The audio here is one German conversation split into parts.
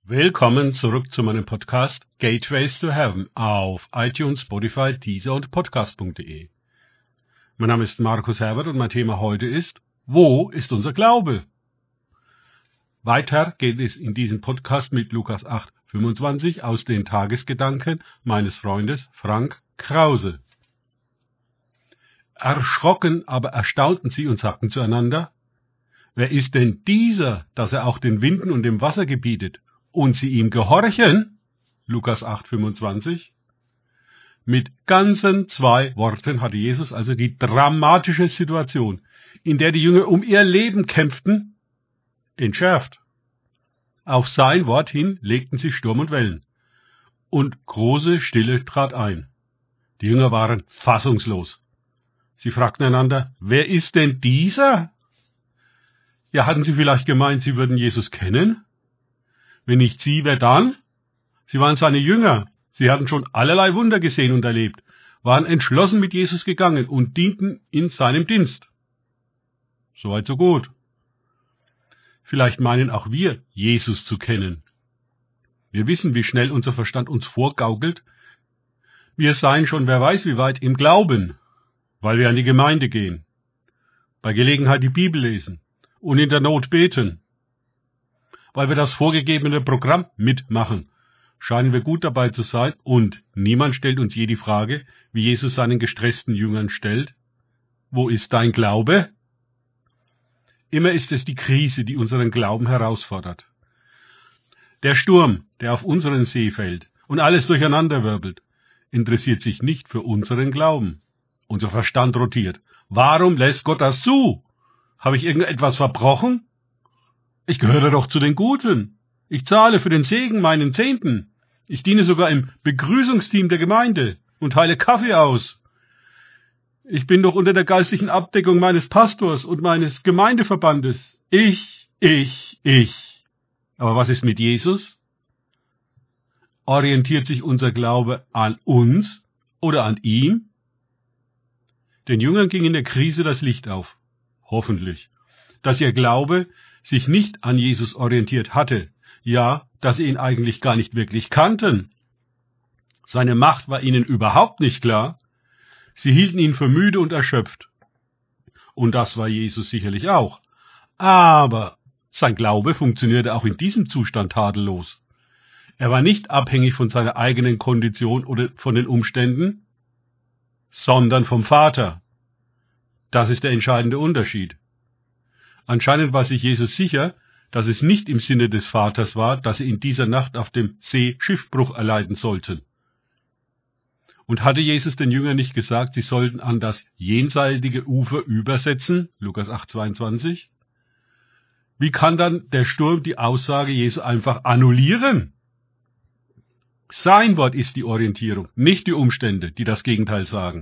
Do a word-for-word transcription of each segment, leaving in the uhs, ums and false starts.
Willkommen zurück zu meinem Podcast Gateways to Heaven auf iTunes, Spotify, Deezer und Podcast punkt de. Mein Name ist Markus Herbert und mein Thema heute ist: Wo ist unser Glaube? Weiter geht es in diesem Podcast mit Lukas acht, fünfundzwanzig aus den Tagesgedanken meines Freundes Frank Krause. Erschrocken, aber erstaunten sie und sagten zueinander: Wer ist denn dieser, dass er auch den Winden und dem Wasser gebietet und sie ihm gehorchen? Lukas acht, fünfundzwanzig. Mit ganzen zwei Worten hatte Jesus also die dramatische Situation, in der die Jünger um ihr Leben kämpften, entschärft. Auf sein Wort hin legten sich Sturm und Wellen, und große Stille trat ein. Die Jünger waren fassungslos. Sie fragten einander: Wer ist denn dieser? Ja, hatten sie vielleicht gemeint, sie würden Jesus kennen? Wenn nicht sie, wer dann? Sie waren seine Jünger. Sie hatten schon allerlei Wunder gesehen und erlebt, waren entschlossen mit Jesus gegangen und dienten in seinem Dienst. Soweit so gut. Vielleicht meinen auch wir, Jesus zu kennen. Wir wissen, wie schnell unser Verstand uns vorgaukelt. Wir seien schon wer weiß wie weit im Glauben, weil wir an die Gemeinde gehen, bei Gelegenheit die Bibel lesen und in der Not beten. Weil wir das vorgegebene Programm mitmachen, scheinen wir gut dabei zu sein, und niemand stellt uns je die Frage, wie Jesus seinen gestressten Jüngern stellt: Wo ist dein Glaube? Immer ist es die Krise, die unseren Glauben herausfordert. Der Sturm, der auf unseren See fällt und alles durcheinanderwirbelt, interessiert sich nicht für unseren Glauben. Unser Verstand rotiert. Warum lässt Gott das zu? Habe ich irgendetwas verbrochen? Ich gehöre doch zu den Guten. Ich zahle für den Segen meinen Zehnten. Ich diene sogar im Begrüßungsteam der Gemeinde und teile Kaffee aus. Ich bin doch unter der geistlichen Abdeckung meines Pastors und meines Gemeindeverbandes. Ich, ich, ich. Aber was ist mit Jesus? Orientiert sich unser Glaube an uns oder an ihm? Den Jüngern ging in der Krise das Licht auf. Hoffentlich. Dass ihr Glaube sich nicht an Jesus orientiert hatte, ja, dass sie ihn eigentlich gar nicht wirklich kannten. Seine Macht war ihnen überhaupt nicht klar. Sie hielten ihn für müde und erschöpft. Und das war Jesus sicherlich auch. Aber sein Glaube funktionierte auch in diesem Zustand tadellos. Er war nicht abhängig von seiner eigenen Kondition oder von den Umständen, sondern vom Vater. Das ist der entscheidende Unterschied. Anscheinend war sich Jesus sicher, dass es nicht im Sinne des Vaters war, dass sie in dieser Nacht auf dem See Schiffbruch erleiden sollten. Und hatte Jesus den Jüngern nicht gesagt, sie sollten an das jenseitige Ufer übersetzen? Lukas acht, zweiundzwanzig. Wie kann dann der Sturm die Aussage Jesu einfach annullieren? Sein Wort ist die Orientierung, nicht die Umstände, die das Gegenteil sagen.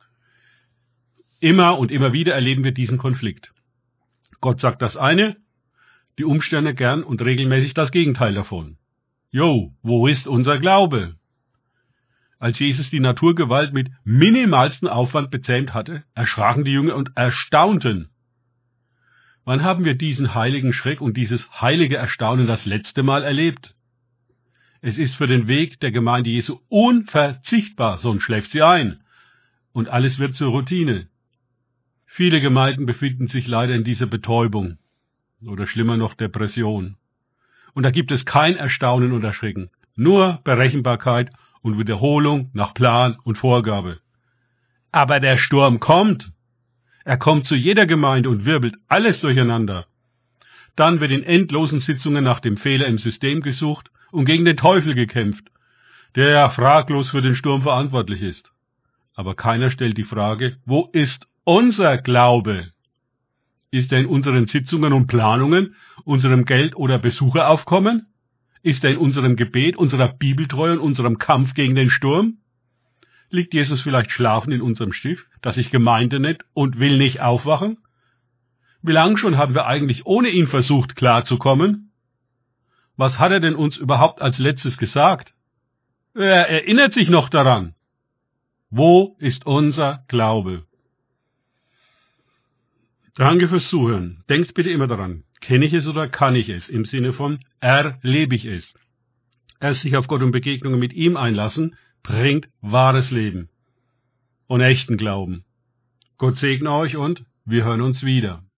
Immer und immer wieder erleben wir diesen Konflikt. Gott sagt das eine, die Umstände gern und regelmäßig das Gegenteil davon. Jo, wo ist unser Glaube? Als Jesus die Naturgewalt mit minimalstem Aufwand bezähmt hatte, erschraken die Jünger und erstaunten. Wann haben wir diesen heiligen Schreck und dieses heilige Erstaunen das letzte Mal erlebt? Es ist für den Weg der Gemeinde Jesu unverzichtbar, sonst schläft sie ein. Und alles wird zur Routine. Viele Gemeinden befinden sich leider in dieser Betäubung oder schlimmer noch Depression. Und da gibt es kein Erstaunen und Erschrecken, nur Berechenbarkeit und Wiederholung nach Plan und Vorgabe. Aber der Sturm kommt. Er kommt zu jeder Gemeinde und wirbelt alles durcheinander. Dann wird in endlosen Sitzungen nach dem Fehler im System gesucht und gegen den Teufel gekämpft, der ja fraglos für den Sturm verantwortlich ist. Aber keiner stellt die Frage: Wo ist unser Glaube? Ist er in unseren Sitzungen und Planungen, unserem Geld- oder Besucheraufkommen? Ist er in unserem Gebet, unserer Bibeltreue und unserem Kampf gegen den Sturm? Liegt Jesus vielleicht schlafend in unserem Schiff, das sich Gemeinde nennt, und will nicht aufwachen? Wie lange schon haben wir eigentlich ohne ihn versucht, klarzukommen? Was hat er denn uns überhaupt als letztes gesagt? Er erinnert sich noch daran. Wo ist unser Glaube? Danke fürs Zuhören. Denkt bitte immer daran, kenne ich es oder kann ich es? Im Sinne von erlebe ich es. erst sich auf Gott und Begegnungen mit ihm einlassen, bringt wahres Leben und echten Glauben. Gott segne euch und wir hören uns wieder.